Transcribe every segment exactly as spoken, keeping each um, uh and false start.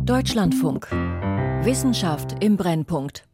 Deutschlandfunk. Wissenschaft im Brennpunkt.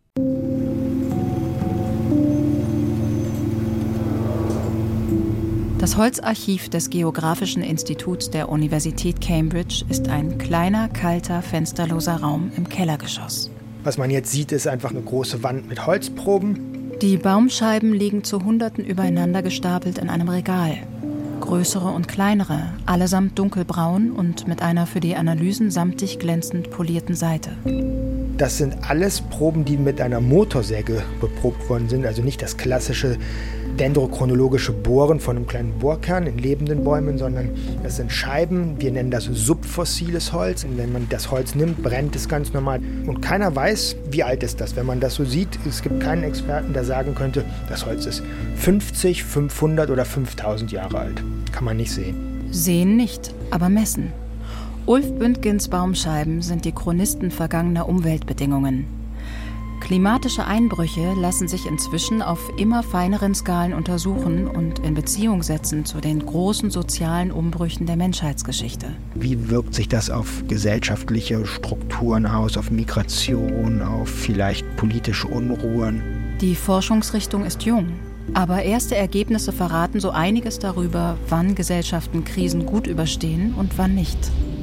Das Holzarchiv des Geographischen Instituts der Universität Cambridge ist ein kleiner, kalter, fensterloser Raum im Kellergeschoss. Was man jetzt sieht, ist einfach eine große Wand mit Holzproben. Die Baumscheiben liegen zu Hunderten übereinander gestapelt in einem Regal. Größere und kleinere, allesamt dunkelbraun und mit einer für die Analysen samtig glänzend polierten Seite. Das sind alles Proben, die mit einer Motorsäge beprobt worden sind, also nicht das klassische dendrochronologische Bohren von einem kleinen Bohrkern in lebenden Bäumen, sondern das sind Scheiben, wir nennen das subfossiles Holz. Und wenn man das Holz nimmt, brennt es ganz normal. Und keiner weiß, wie alt ist das. Wenn man das so sieht, es gibt keinen Experten, der sagen könnte, das Holz ist fünfzig, fünfhundert oder fünftausend Jahre alt. Kann man nicht sehen. Sehen nicht, aber messen. Ulf Bündgens Baumscheiben sind die Chronisten vergangener Umweltbedingungen. Klimatische Einbrüche lassen sich inzwischen auf immer feineren Skalen untersuchen und in Beziehung setzen zu den großen sozialen Umbrüchen der Menschheitsgeschichte. Wie wirkt sich das auf gesellschaftliche Strukturen aus, auf Migration, auf vielleicht politische Unruhen? Die Forschungsrichtung ist jung, aber erste Ergebnisse verraten so einiges darüber, wann Gesellschaften Krisen gut überstehen und wann nicht.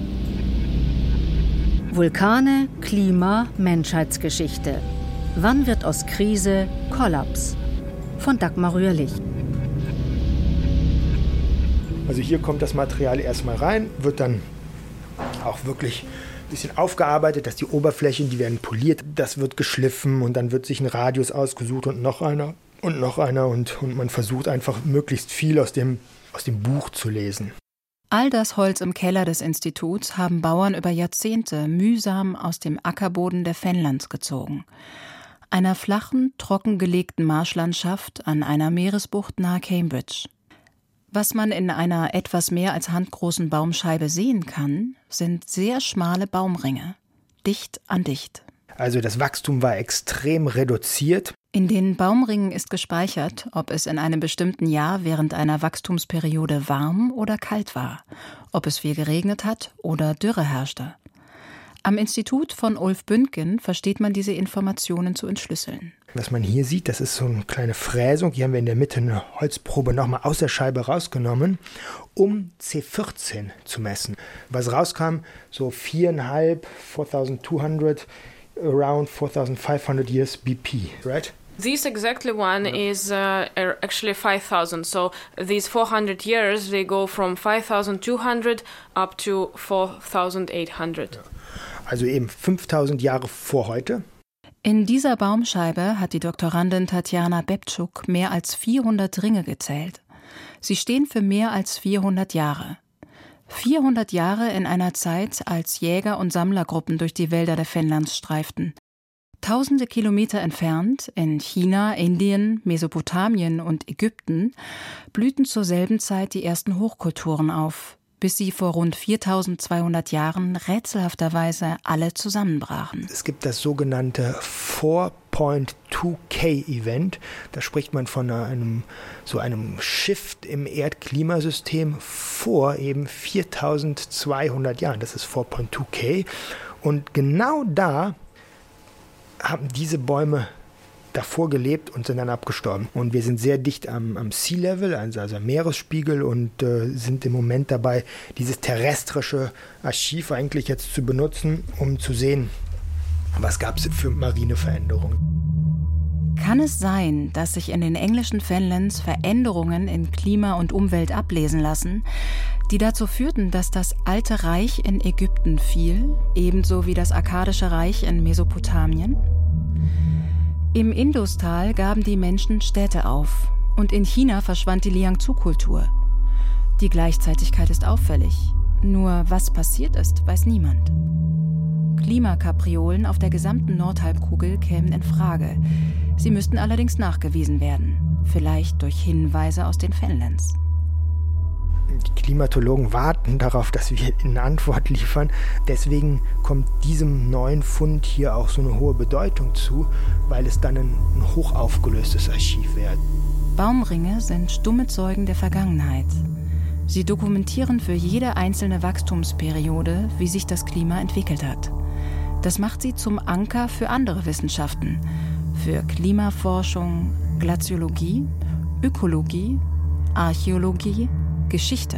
Vulkane, Klima, Menschheitsgeschichte. Wann wird aus Krise Kollaps? Von Dagmar Rührlich. Also hier kommt das Material erstmal rein, wird dann auch wirklich ein bisschen aufgearbeitet, dass die Oberflächen, die werden poliert, das wird geschliffen und dann wird sich ein Radius ausgesucht und noch einer und noch einer und, und man versucht einfach möglichst viel aus dem, aus dem Buch zu lesen. All das Holz im Keller des Instituts haben Bauern über Jahrzehnte mühsam aus dem Ackerboden der Fenlands gezogen. Einer flachen, trockengelegten Marschlandschaft an einer Meeresbucht nahe Cambridge. Was man in einer etwas mehr als handgroßen Baumscheibe sehen kann, sind sehr schmale Baumringe, dicht an dicht. Also das Wachstum war extrem reduziert. In den Baumringen ist gespeichert, ob es in einem bestimmten Jahr während einer Wachstumsperiode warm oder kalt war, ob es viel geregnet hat oder Dürre herrschte. Am Institut von Ulf Bündgen versteht man diese Informationen zu entschlüsseln. Was man hier sieht, das ist so eine kleine Fräsung. Hier haben wir in der Mitte eine Holzprobe nochmal aus der Scheibe rausgenommen, um C vierzehn zu messen. Was rauskam, so viereinhalb, fourtazweihundert, around four thousand five hundred years B P, right? This exactly one is uh, actually five thousand. So these four hundred years, they go from five thousand two hundred up to four thousand eight hundred. Also eben fünftausend Jahre vor heute. In dieser Baumscheibe hat die Doktorandin Tatjana Bebczuk mehr als vierhundert Ringe gezählt. Sie stehen für mehr als vierhundert Jahre. vierhundert Jahre in einer Zeit, als Jäger- und Sammlergruppen durch die Wälder der Fenlands streiften. Tausende Kilometer entfernt, in China, Indien, Mesopotamien und Ägypten, blühten zur selben Zeit die ersten Hochkulturen auf, bis sie vor rund viertausendzweihundert Jahren rätselhafterweise alle zusammenbrachen. Es gibt das sogenannte four point two K Event. Da spricht man von einem, so einem Shift im Erdklimasystem vor eben viertausendzweihundert Jahren. Das ist four point two K. Und genau da haben diese Bäume davor gelebt und sind dann abgestorben. Und wir sind sehr dicht am, am Sea Level, also, also am Meeresspiegel, und äh, sind im Moment dabei, dieses terrestrische Archiv eigentlich jetzt zu benutzen, um zu sehen, was gab es für marine Veränderungen. Kann es sein, dass sich in den englischen Fenlands Veränderungen in Klima und Umwelt ablesen lassen, die dazu führten, dass das Alte Reich in Ägypten fiel, ebenso wie das Akkadische Reich in Mesopotamien? Im Industal gaben die Menschen Städte auf und in China verschwand die Liangzu-Kultur. Die Gleichzeitigkeit ist auffällig. Nur was passiert ist, weiß niemand. Klimakapriolen auf der gesamten Nordhalbkugel kämen in Frage. Sie müssten allerdings nachgewiesen werden, vielleicht durch Hinweise aus den Fenlands. Die Klimatologen warten darauf, dass wir eine Antwort liefern. Deswegen kommt diesem neuen Fund hier auch so eine hohe Bedeutung zu, weil es dann ein, ein hoch aufgelöstes Archiv wäre. Baumringe sind stumme Zeugen der Vergangenheit. Sie dokumentieren für jede einzelne Wachstumsperiode, wie sich das Klima entwickelt hat. Das macht sie zum Anker für andere Wissenschaften, für Klimaforschung, Glaziologie, Ökologie, Archäologie, Geschichte.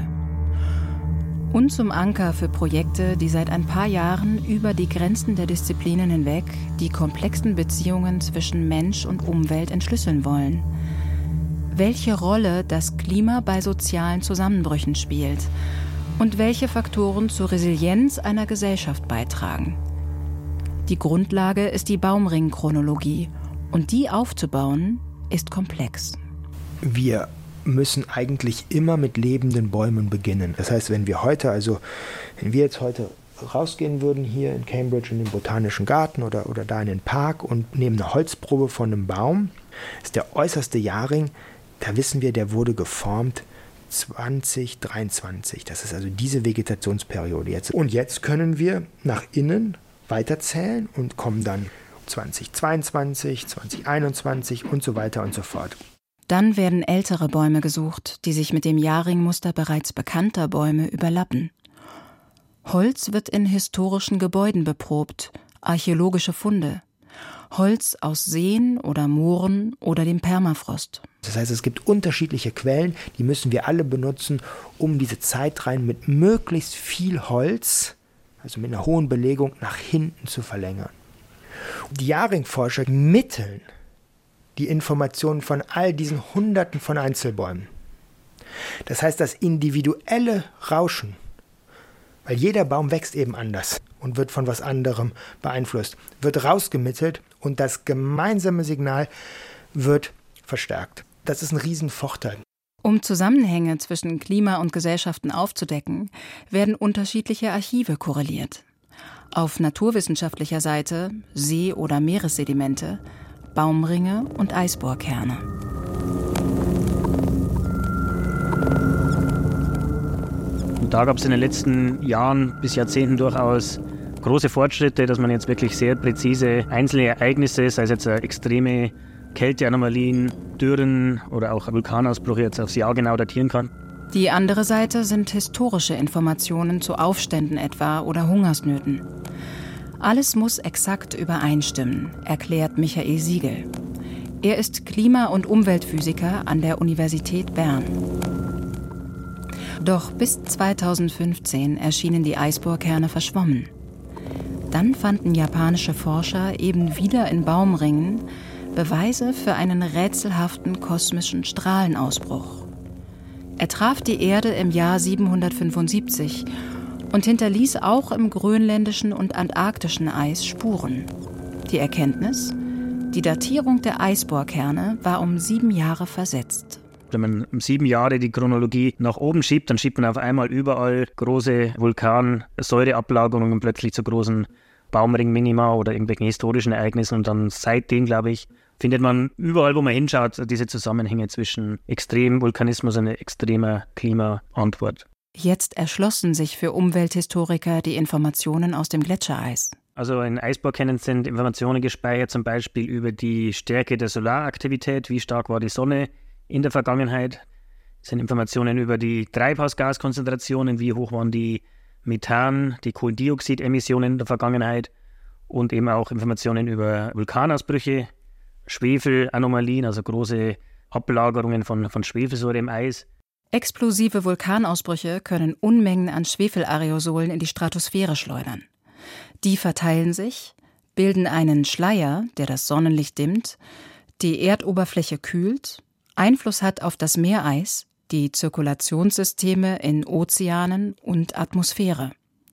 Und zum Anker für Projekte, die seit ein paar Jahren über die Grenzen der Disziplinen hinweg die komplexen Beziehungen zwischen Mensch und Umwelt entschlüsseln wollen. Welche Rolle das Klima bei sozialen Zusammenbrüchen spielt und welche Faktoren zur Resilienz einer Gesellschaft beitragen. Die Grundlage ist die Baumringchronologie und die aufzubauen ist komplex. Wir müssen eigentlich immer mit lebenden Bäumen beginnen. Das heißt, wenn wir heute, also wenn wir jetzt heute rausgehen würden hier in Cambridge in den Botanischen Garten oder, oder da in den Park und nehmen eine Holzprobe von einem Baum, ist der äußerste Jahrring, da wissen wir, der wurde geformt zwanzig dreiundzwanzig. Das ist also diese Vegetationsperiode jetzt. Und jetzt können wir nach innen weiterzählen und kommen dann zwanzig zweiundzwanzig, zwanzig einundzwanzig und so weiter und so fort. Dann werden ältere Bäume gesucht, die sich mit dem Jahrringmuster bereits bekannter Bäume überlappen. Holz wird in historischen Gebäuden beprobt, archäologische Funde. Holz aus Seen oder Mooren oder dem Permafrost. Das heißt, es gibt unterschiedliche Quellen, die müssen wir alle benutzen, um diese Zeitreihen mit möglichst viel Holz, also mit einer hohen Belegung, nach hinten zu verlängern. Die Jahrringforscher mitteln die Informationen von all diesen Hunderten von Einzelbäumen. Das heißt, das individuelle Rauschen, weil jeder Baum wächst eben anders und wird von was anderem beeinflusst, wird rausgemittelt und das gemeinsame Signal wird verstärkt. Das ist ein Riesenvorteil. Um Zusammenhänge zwischen Klima und Gesellschaften aufzudecken, werden unterschiedliche Archive korreliert. Auf naturwissenschaftlicher Seite See- oder Meeressedimente, Baumringe und Eisbohrkerne. Und da gab es in den letzten Jahren bis Jahrzehnten durchaus große Fortschritte, dass man jetzt wirklich sehr präzise einzelne Ereignisse, sei es jetzt extreme Kälteanomalien, Dürren oder auch Vulkanausbrüche jetzt aufs Jahr genau datieren kann. Die andere Seite sind historische Informationen zu Aufständen etwa oder Hungersnöten. Alles muss exakt übereinstimmen, erklärt Michael Siegel. Er ist Klima- und Umweltphysiker an der Universität Bern. Doch bis zweitausendfünfzehn erschienen die Eisbohrkerne verschwommen. Dann fanden japanische Forscher eben wieder in Baumringen Beweise für einen rätselhaften kosmischen Strahlenausbruch. Er traf die Erde im Jahr siebenhundertfünfundsiebzig und hinterließ auch im grönländischen und antarktischen Eis Spuren. Die Erkenntnis? Die Datierung der Eisbohrkerne war um sieben Jahre versetzt. Wenn man um sieben Jahre die Chronologie nach oben schiebt, dann schiebt man auf einmal überall große Vulkansäureablagerungen plötzlich zu großen Baumringminima oder irgendwelchen historischen Ereignissen. Und dann seitdem, glaube ich, findet man überall, wo man hinschaut, diese Zusammenhänge zwischen Extremvulkanismus und extremer Klimaantwort. Jetzt erschlossen sich für Umwelthistoriker die Informationen aus dem Gletschereis. Also in Eisbohrkernen sind Informationen gespeichert, zum Beispiel über die Stärke der Solaraktivität, wie stark war die Sonne in der Vergangenheit. Es sind Informationen über die Treibhausgaskonzentrationen, wie hoch waren die Methan, die Kohlendioxidemissionen in der Vergangenheit und eben auch Informationen über Vulkanausbrüche, Schwefelanomalien, also große Ablagerungen von, von Schwefelsäure im Eis. Explosive Vulkanausbrüche können Unmengen an Schwefelaerosolen in die Stratosphäre schleudern. Die verteilen sich, bilden einen Schleier, der das Sonnenlicht dimmt, die Erdoberfläche kühlt, Einfluss hat auf das Meereis, die Zirkulationssysteme in Ozeanen und Atmosphäre.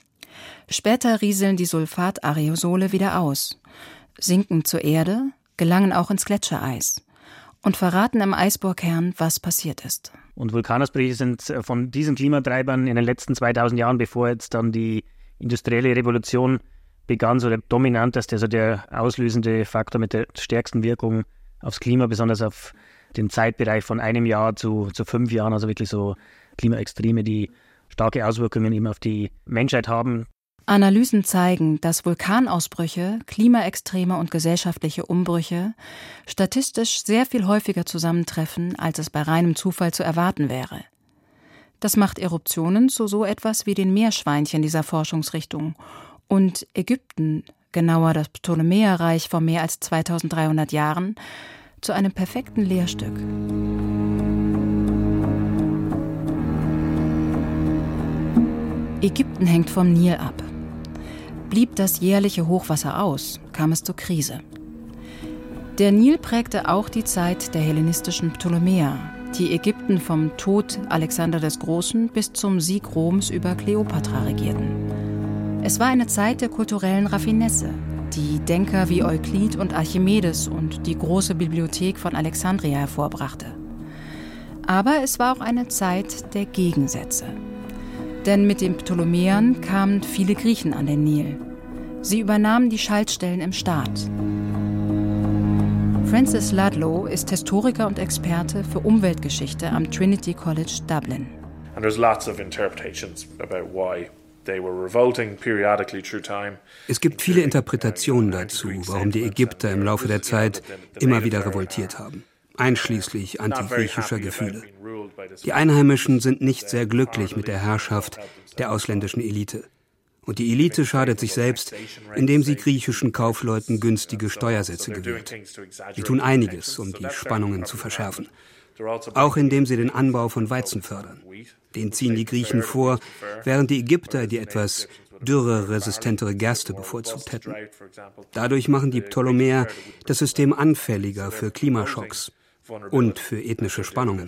Später rieseln die Sulfataerosole wieder aus, sinken zur Erde, gelangen auch ins Gletschereis und verraten im Eisbohrkern, was passiert ist. Und Vulkanausbrüche sind von diesen Klimatreibern in den letzten zweitausend Jahren, bevor jetzt dann die industrielle Revolution begann, so der dominanteste, also der auslösende Faktor mit der stärksten Wirkung aufs Klima, besonders auf den Zeitbereich von einem Jahr zu, zu fünf Jahren, also wirklich so Klimaextreme, die starke Auswirkungen eben auf die Menschheit haben. Analysen zeigen, dass Vulkanausbrüche, Klimaextreme und gesellschaftliche Umbrüche statistisch sehr viel häufiger zusammentreffen, als es bei reinem Zufall zu erwarten wäre. Das macht Eruptionen zu so etwas wie den Meerschweinchen dieser Forschungsrichtung und Ägypten genauer das Ptolemäerreich vor mehr als zweitausenddreihundert Jahren, zu einem perfekten Lehrstück. Ägypten hängt vom Nil ab. Blieb das jährliche Hochwasser aus, kam es zur Krise. Der Nil prägte auch die Zeit der hellenistischen Ptolemäer, die Ägypten vom Tod Alexander des Großen bis zum Sieg Roms über Kleopatra regierten. Es war eine Zeit der kulturellen Raffinesse, die Denker wie Euklid und Archimedes und die große Bibliothek von Alexandria hervorbrachte. Aber es war auch eine Zeit der Gegensätze. Denn mit den Ptolemäern kamen viele Griechen an den Nil. Sie übernahmen die Schaltstellen im Staat. Francis Ludlow ist Historiker und Experte für Umweltgeschichte am Trinity College Dublin. And there's lots of interpretations about why they were revolting periodically through time. Es gibt viele Interpretationen dazu, warum die Ägypter im Laufe der Zeit immer wieder revoltiert haben, einschließlich antigriechischer Gefühle. Die Einheimischen sind nicht sehr glücklich mit der Herrschaft der ausländischen Elite. Und die Elite schadet sich selbst, indem sie griechischen Kaufleuten günstige Steuersätze gewährt. Sie tun einiges, um die Spannungen zu verschärfen. Auch indem sie den Anbau von Weizen fördern. Den ziehen die Griechen vor, während die Ägypter die etwas dürreresistentere Gerste bevorzugt hätten. Dadurch machen die Ptolemäer das System anfälliger für Klimaschocks und für ethnische Spannungen.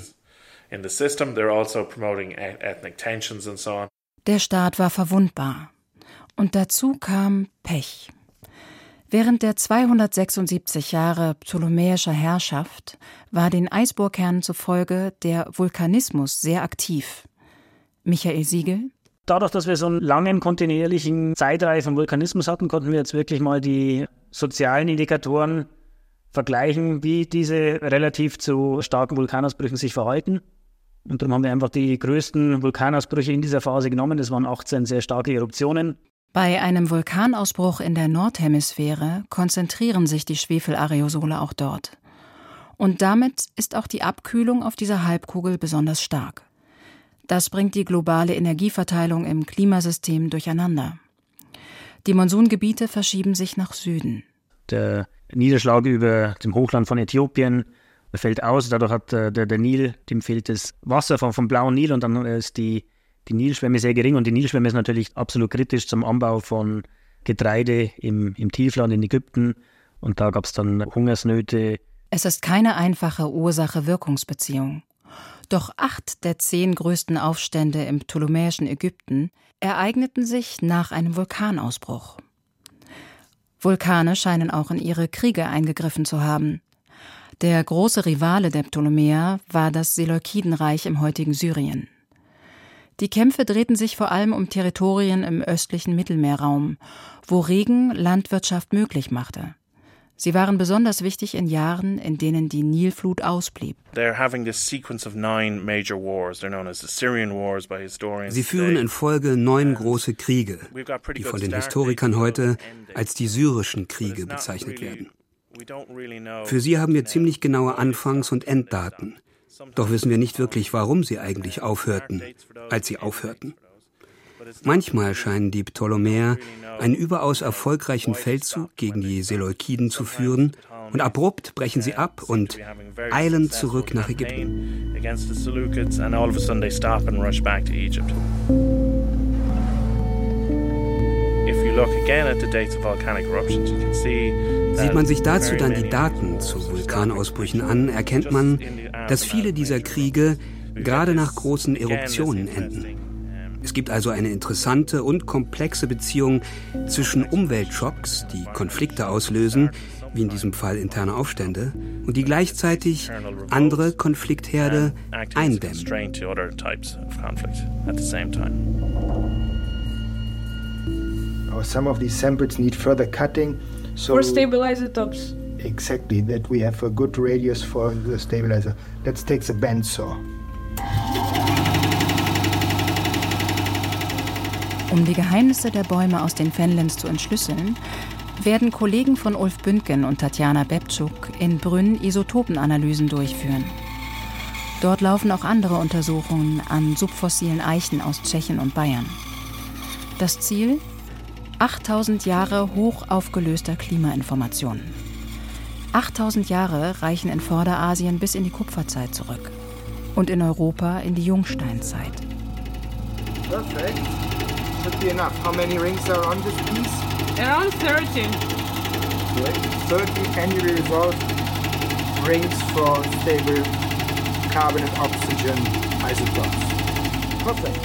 Der Staat war verwundbar. Und dazu kam Pech. Während der zweihundertsechsundsiebzig Jahre ptolemäischer Herrschaft war den Eisbohrkernen zufolge der Vulkanismus sehr aktiv. Michael Siegel? Dadurch, dass wir so einen langen, kontinuierlichen Zeitreihe von Vulkanismus hatten, konnten wir jetzt wirklich mal die sozialen Indikatoren vergleichen, wie diese relativ zu starken Vulkanausbrüchen sich verhalten. Und darum haben wir einfach die größten Vulkanausbrüche in dieser Phase genommen. Das waren achtzehn sehr starke Eruptionen. Bei einem Vulkanausbruch in der Nordhemisphäre konzentrieren sich die Schwefelaerosole auch dort. Und damit ist auch die Abkühlung auf dieser Halbkugel besonders stark. Das bringt die globale Energieverteilung im Klimasystem durcheinander. Die Monsungebiete verschieben sich nach Süden. Der Niederschlag über dem Hochland von Äthiopien fällt aus. Dadurch hat der, der Nil, dem fehlt das Wasser vom, vom blauen Nil und dann ist die Die Nilschwemme sehr gering und die Nilschwemme ist natürlich absolut kritisch zum Anbau von Getreide im, im Tiefland in Ägypten und da gab es dann Hungersnöte. Es ist keine einfache Ursache-Wirkungsbeziehung. Doch acht der zehn größten Aufstände im ptolemäischen Ägypten ereigneten sich nach einem Vulkanausbruch. Vulkane scheinen auch in ihre Kriege eingegriffen zu haben. Der große Rivale der Ptolemäer war das Seleukidenreich im heutigen Syrien. Die Kämpfe drehten sich vor allem um Territorien im östlichen Mittelmeerraum, wo Regen Landwirtschaft möglich machte. Sie waren besonders wichtig in Jahren, in denen die Nilflut ausblieb. Sie führen in Folge neun große Kriege, die von den Historikern heute als die syrischen Kriege bezeichnet werden. Für sie haben wir ziemlich genaue Anfangs- und Enddaten. Doch wissen wir nicht wirklich, warum sie eigentlich aufhörten, als sie aufhörten. Manchmal scheinen die Ptolemäer einen überaus erfolgreichen Feldzug gegen die Seleukiden zu führen und abrupt brechen sie ab und eilen zurück nach Ägypten. Sieht man sich dazu dann die Daten zu Vulkanausbrüchen an, erkennt man, dass viele dieser Kriege gerade nach großen Eruptionen enden. Es gibt also eine interessante und komplexe Beziehung zwischen Umweltschocks, die Konflikte auslösen, wie in diesem Fall interne Aufstände, und die gleichzeitig andere Konfliktherde eindämmen. Some of these samples need further cutting. So For stabilizer tops. Exactly, that we have a good radius for the stabilizer. Let's take the bandsaw. Um die Geheimnisse der Bäume aus den Fenlands zu entschlüsseln, werden Kollegen von Ulf Bündgen und Tatjana Bebczuk in Brünn Isotopenanalysen durchführen. Dort laufen auch andere Untersuchungen an subfossilen Eichen aus Tschechien und Bayern. Das Ziel? achttausend Jahre hoch aufgelöster Klimainformationen. achttausend Jahre reichen in Vorderasien bis in die Kupferzeit zurück und in Europa in die Jungsteinzeit. Perfect. Should be enough. How many rings are on this piece? Around thirty. thirty annually resolved rings for stable carbon and oxygen isotopes. Perfect.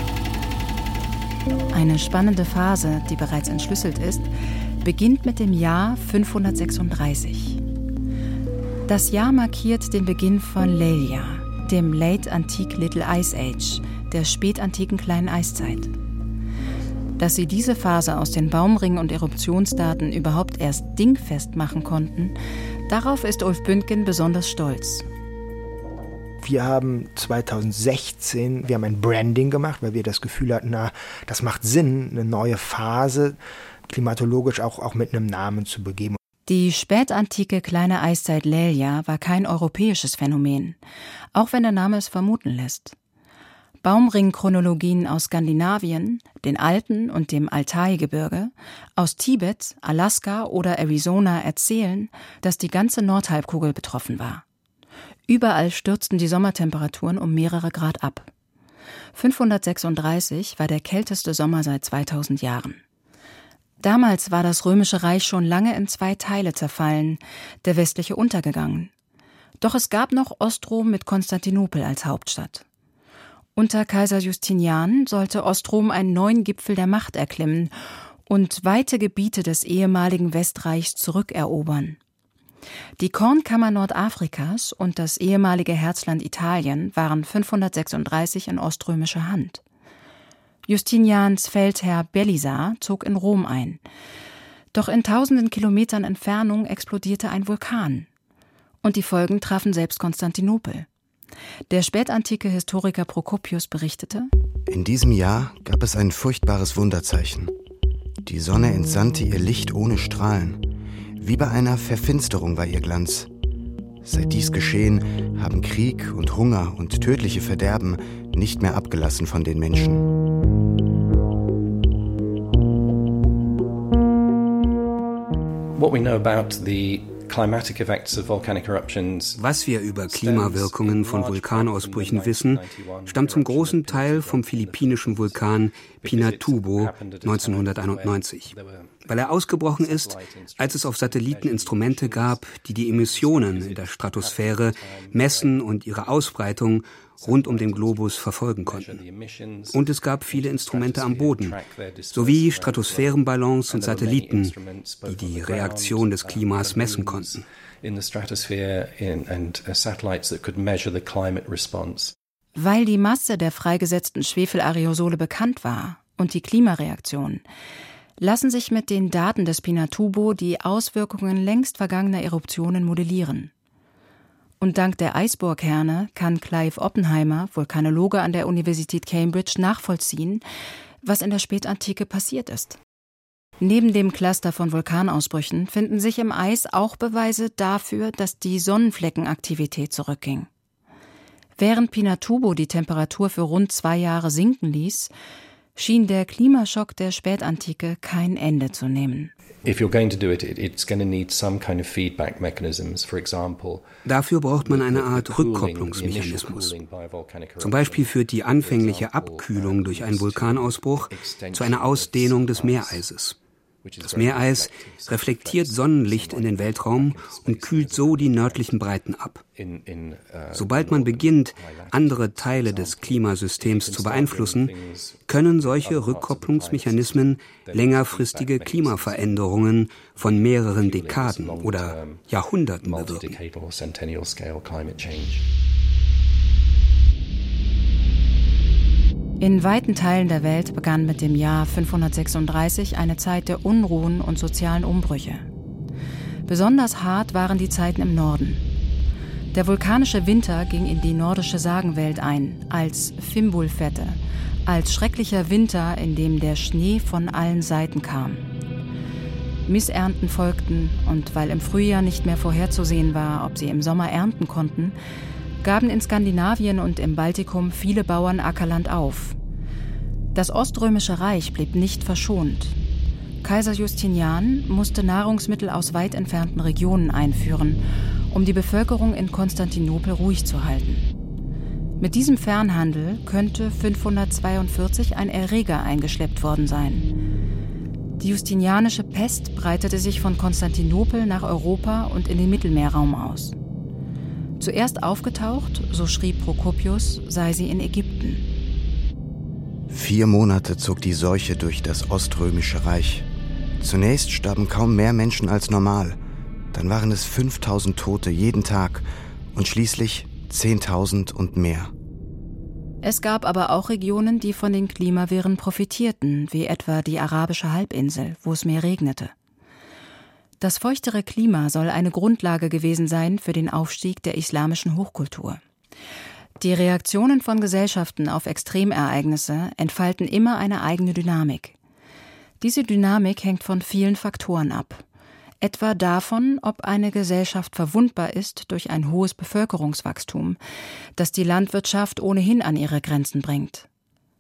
Eine spannende Phase, die bereits entschlüsselt ist, beginnt mit dem Jahr fünfhundertsechsunddreißig. Das Jahr markiert den Beginn von Lelia, dem Late Antique Little Ice Age, der spätantiken kleinen Eiszeit. Dass sie diese Phase aus den Baumringen und Eruptionsdaten überhaupt erst dingfest machen konnten, darauf ist Ulf Bündgen besonders stolz. Wir haben zweitausendsechzehn, wir haben ein Branding gemacht, weil wir das Gefühl hatten, na, das macht Sinn, eine neue Phase klimatologisch auch, auch mit einem Namen zu begeben. Die spätantike kleine Eiszeit Lelia war kein europäisches Phänomen, auch wenn der Name es vermuten lässt. Baumringchronologien aus Skandinavien, den Alpen und dem Altai-Gebirge, aus Tibet, Alaska oder Arizona erzählen, dass die ganze Nordhalbkugel betroffen war. Überall stürzten die Sommertemperaturen um mehrere Grad ab. fünfhundertsechsunddreißig war der kälteste Sommer seit zweitausend Jahren. Damals war das Römische Reich schon lange in zwei Teile zerfallen, der westliche untergegangen. Doch es gab noch Ostrom mit Konstantinopel als Hauptstadt. Unter Kaiser Justinian sollte Ostrom einen neuen Gipfel der Macht erklimmen und weite Gebiete des ehemaligen Westreichs zurückerobern. Die Kornkammer Nordafrikas und das ehemalige Herzland Italien waren fünfhundertsechsunddreißig in oströmischer Hand. Justinians Feldherr Belisar zog in Rom ein. Doch in tausenden Kilometern Entfernung explodierte ein Vulkan. Und die Folgen trafen selbst Konstantinopel. Der spätantike Historiker Prokopius berichtete: In diesem Jahr gab es ein furchtbares Wunderzeichen. Die Sonne entsandte ihr Licht ohne Strahlen. Wie bei einer Verfinsterung war ihr Glanz. Seit dies geschehen, haben Krieg und Hunger und tödliche Verderben nicht mehr abgelassen von den Menschen. What we know about the Was wir über Klimawirkungen von Vulkanausbrüchen wissen, stammt zum großen Teil vom philippinischen Vulkan Pinatubo neunzehnhunderteinundneunzig, weil er ausgebrochen ist, als es auf Satelliten Instrumente gab, die die Emissionen in der Stratosphäre messen und ihre Ausbreitung rund um den Globus verfolgen konnten. Und es gab viele Instrumente am Boden, sowie Stratosphärenballons und Satelliten, die die Reaktion des Klimas messen konnten. Weil die Masse der freigesetzten Schwefelaerosole bekannt war und die Klimareaktion, lassen sich mit den Daten des Pinatubo die Auswirkungen längst vergangener Eruptionen modellieren. Und dank der Eisbohrkerne kann Clive Oppenheimer, Vulkanologe an der Universität Cambridge, nachvollziehen, was in der Spätantike passiert ist. Neben dem Cluster von Vulkanausbrüchen finden sich im Eis auch Beweise dafür, dass die Sonnenfleckenaktivität zurückging. Während Pinatubo die Temperatur für rund zwei Dafür sinken ließ, schien der Klimaschock der Spätantike kein Ende zu nehmen. Dafür braucht man eine Art Rückkopplungsmechanismus. Zum Beispiel führt die anfängliche Abkühlung durch einen Vulkanausbruch zu einer Ausdehnung des Meereises. Das Meereis reflektiert Sonnenlicht in den Weltraum und kühlt so die nördlichen Breiten ab. Sobald man beginnt, andere Teile des Klimasystems zu beeinflussen, können solche Rückkopplungsmechanismen längerfristige Klimaveränderungen von mehreren Dekaden oder Jahrhunderten bewirken. In weiten Teilen der Welt begann mit dem Jahr fünfhundertsechsunddreißig eine Zeit der Unruhen und sozialen Umbrüche. Besonders hart waren die Zeiten im Norden. Der vulkanische Winter ging in die nordische Sagenwelt ein, als Fimbulfete, als schrecklicher Winter, in dem der Schnee von allen Seiten kam. Missernten folgten, und weil im Frühjahr nicht mehr vorherzusehen war, ob sie im Sommer ernten konnten, gaben in Skandinavien und im Baltikum viele Bauern Ackerland auf. Das Oströmische Reich blieb nicht verschont. Kaiser Justinian musste Nahrungsmittel aus weit entfernten Regionen einführen, um die Bevölkerung in Konstantinopel ruhig zu halten. Mit diesem Fernhandel könnte fünfhundertzweiundvierzig ein Erreger eingeschleppt worden sein. Die justinianische Pest breitete sich von Konstantinopel nach Europa und in den Mittelmeerraum aus. Zuerst aufgetaucht, so schrieb Prokopius, sei sie in Ägypten. Vier Monate zog die Seuche durch das Oströmische Reich. Zunächst starben kaum mehr Menschen als normal. Dann waren es fünftausend Tote jeden Tag und schließlich zehntausend und mehr. Es gab aber auch Regionen, die von den Klimaviren profitierten, wie etwa die arabische Halbinsel, wo es mehr regnete. Das feuchtere Klima soll eine Grundlage gewesen sein für den Aufstieg der islamischen Hochkultur. Die Reaktionen von Gesellschaften auf Extremereignisse entfalten immer eine eigene Dynamik. Diese Dynamik hängt von vielen Faktoren ab. Etwa davon, ob eine Gesellschaft verwundbar ist durch ein hohes Bevölkerungswachstum, das die Landwirtschaft ohnehin an ihre Grenzen bringt.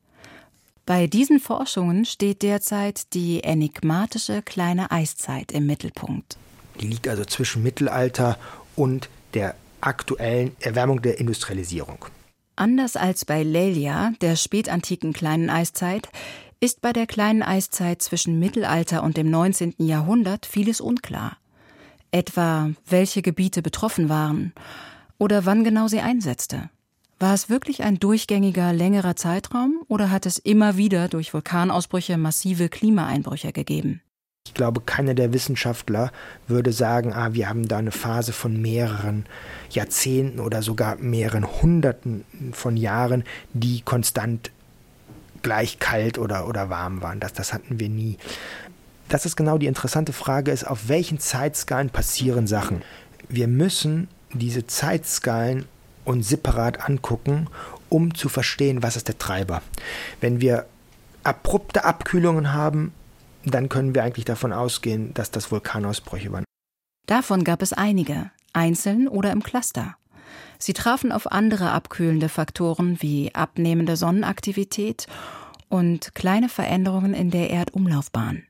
Bei diesen Forschungen steht derzeit die enigmatische kleine Eiszeit im Mittelpunkt. Die liegt also zwischen Mittelalter und der aktuellen Erwärmung der Industrialisierung. Anders als bei Lelia, der spätantiken kleinen Eiszeit, ist bei der kleinen Eiszeit zwischen Mittelalter und dem neunzehnten Jahrhundert vieles unklar. Etwa, welche Gebiete betroffen waren oder wann genau sie einsetzte. War es wirklich ein durchgängiger, längerer Zeitraum oder hat es immer wieder durch Vulkanausbrüche massive Klimaeinbrüche gegeben? Ich glaube, keiner der Wissenschaftler würde sagen, ah, wir haben da eine Phase von mehreren Jahrzehnten oder sogar mehreren Hunderten von Jahren, die konstant gleich kalt oder, oder warm waren. Das, das hatten wir nie. Das ist genau die interessante Frage, ist, auf welchen Zeitskalen passieren Sachen. Wir müssen diese Zeitskalen uns separat angucken, um zu verstehen, was ist der Treiber. Wenn wir abrupte Abkühlungen haben, dann können wir eigentlich davon ausgehen, dass das Vulkanausbrüche waren. Davon gab es einige, einzeln oder im Cluster. Sie trafen auf andere abkühlende Faktoren wie abnehmende Sonnenaktivität und kleine Veränderungen in der Erdumlaufbahn.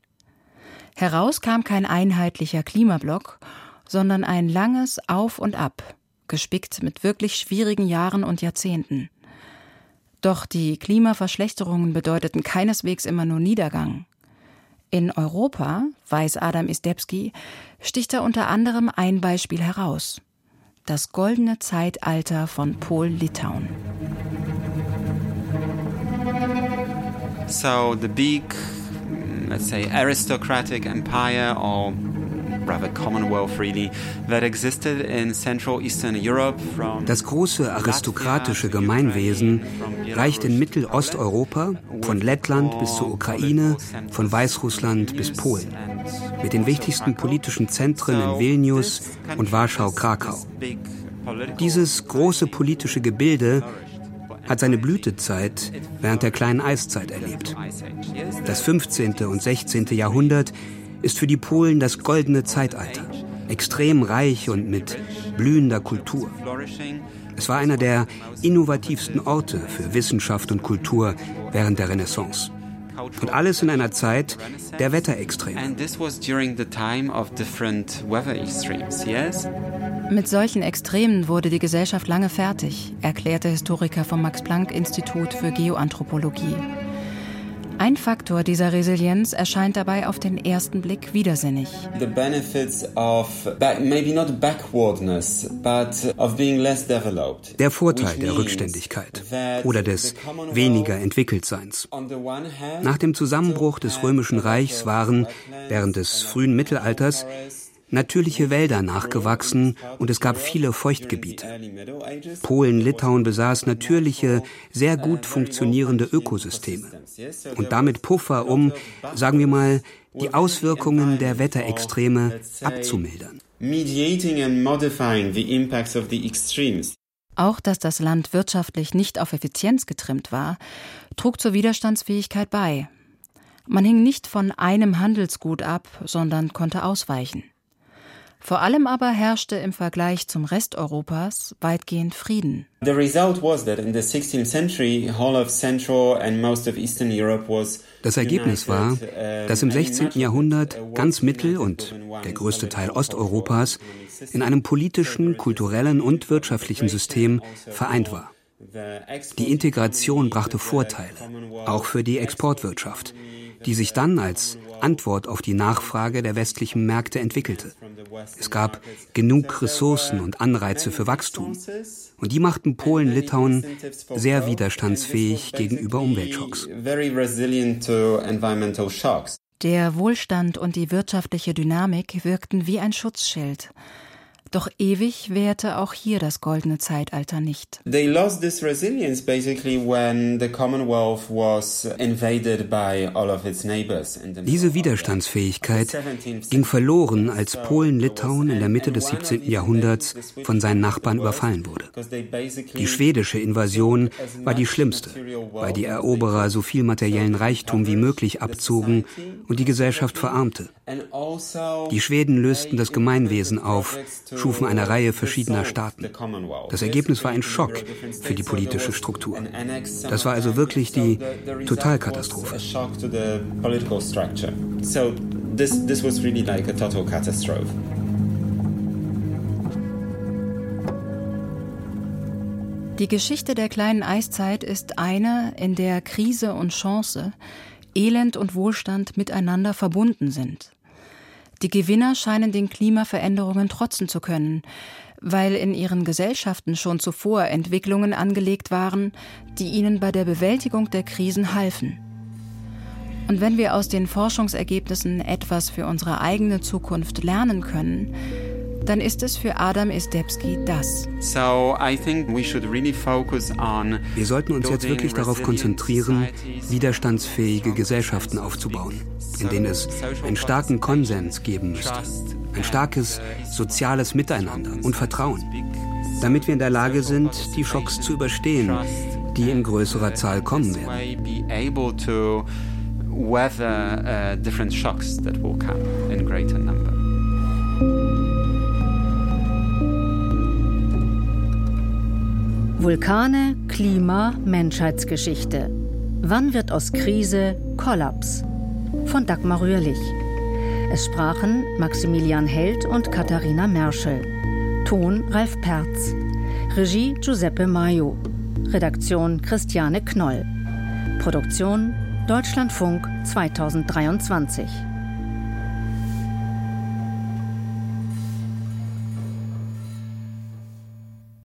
Heraus kam kein einheitlicher Klimablock, sondern ein langes Auf und Ab, gespickt mit wirklich schwierigen Jahren und Jahrzehnten. Doch die Klimaverschlechterungen bedeuteten keineswegs immer nur Niedergang. In Europa, weiß Adam Izdebski, sticht da unter anderem ein Beispiel heraus: das goldene Zeitalter von Polen-Litauen. So the big, let's say, aristocratic empire or rather Commonwealth really that existed in Central Eastern Europe from Das große aristokratische Gemeinwesen reicht in Mittelosteuropa von Lettland bis zur Ukraine, von Weißrussland bis Polen, mit den wichtigsten politischen Zentren in Vilnius und Warschau-Krakau. Dieses große politische Gebilde hat seine Blütezeit während der kleinen Eiszeit erlebt. Das fünfzehnte und sechzehnte Jahrhundert ist für die Polen das goldene Zeitalter, extrem reich und mit blühender Kultur. Es war einer der innovativsten Orte für Wissenschaft und Kultur während der Renaissance. Und alles in einer Zeit der Wetterextreme. Mit solchen Extremen wurde die Gesellschaft lange fertig, erklärte Historiker vom Max-Planck-Institut für Geoanthropologie. Ein Faktor dieser Resilienz erscheint dabei auf den ersten Blick widersinnig. The benefits of maybe not backwardness, but of being less developed. Der Vorteil der Rückständigkeit oder des weniger Entwickeltseins. Nach dem Zusammenbruch des Römischen Reichs waren während des frühen Mittelalters natürliche Wälder nachgewachsen und es gab viele Feuchtgebiete. Polen-Litauen besaß natürliche, sehr gut funktionierende Ökosysteme und damit Puffer, um, sagen wir mal, die Auswirkungen der Wetterextreme abzumildern. Auch dass das Land wirtschaftlich nicht auf Effizienz getrimmt war, trug zur Widerstandsfähigkeit bei. Man hing nicht von einem Handelsgut ab, sondern konnte ausweichen. Vor allem aber herrschte im Vergleich zum Rest Europas weitgehend Frieden. The result was that in the sixteenth century, whole of Central and most of Eastern Europe was. Das Ergebnis war, dass im sechzehnten Jahrhundert ganz Mittel- und der größte Teil Osteuropas in einem politischen, kulturellen und wirtschaftlichen System vereint war. Die Integration brachte Vorteile, auch für die Exportwirtschaft, die sich dann als Antwort auf die Nachfrage der westlichen Märkte entwickelte. Es gab genug Ressourcen und Anreize für Wachstum. Und die machten Polen-Litauen sehr widerstandsfähig gegenüber Umweltschocks. Der Wohlstand und die wirtschaftliche Dynamik wirkten wie ein Schutzschild. Doch ewig währte auch hier das goldene Zeitalter nicht. They lost this resilience basically when the Commonwealth was invaded by all of its neighbors. Diese Widerstandsfähigkeit ging verloren, als Polen-Litauen in der Mitte des siebzehnten Jahrhunderts von seinen Nachbarn überfallen wurde. Die schwedische Invasion war die schlimmste, weil die Eroberer so viel materiellen Reichtum wie möglich abzogen und die Gesellschaft verarmte. Die Schweden lösten das Gemeinwesen auf, schufen eine Reihe verschiedener Staaten. Das Ergebnis war ein Schock für die politische Struktur. Das war also wirklich die Totalkatastrophe. Die Geschichte der kleinen Eiszeit ist eine, in der Krise und Chance, Elend und Wohlstand miteinander verbunden sind. Die Gewinner scheinen den Klimaveränderungen trotzen zu können, weil in ihren Gesellschaften schon zuvor Entwicklungen angelegt waren, die ihnen bei der Bewältigung der Krisen halfen. Und wenn wir aus den Forschungsergebnissen etwas für unsere eigene Zukunft lernen können, dann ist es für Adam Izdebski das. Wir sollten uns jetzt wirklich darauf konzentrieren, widerstandsfähige Gesellschaften aufzubauen, in denen es einen starken Konsens geben müsste, ein starkes soziales Miteinander und Vertrauen, damit wir in der Lage sind, die Schocks zu überstehen, die in größerer Zahl kommen werden. Vulkane, Klima, Menschheitsgeschichte. Wann wird aus Krise Kollaps? Von Dagmar Rührlich. Es sprachen Maximilian Held und Katharina Merschel. Ton Ralf Perz. Regie Giuseppe Maio. Redaktion Christiane Knoll. Produktion Deutschlandfunk zweitausenddreiundzwanzig.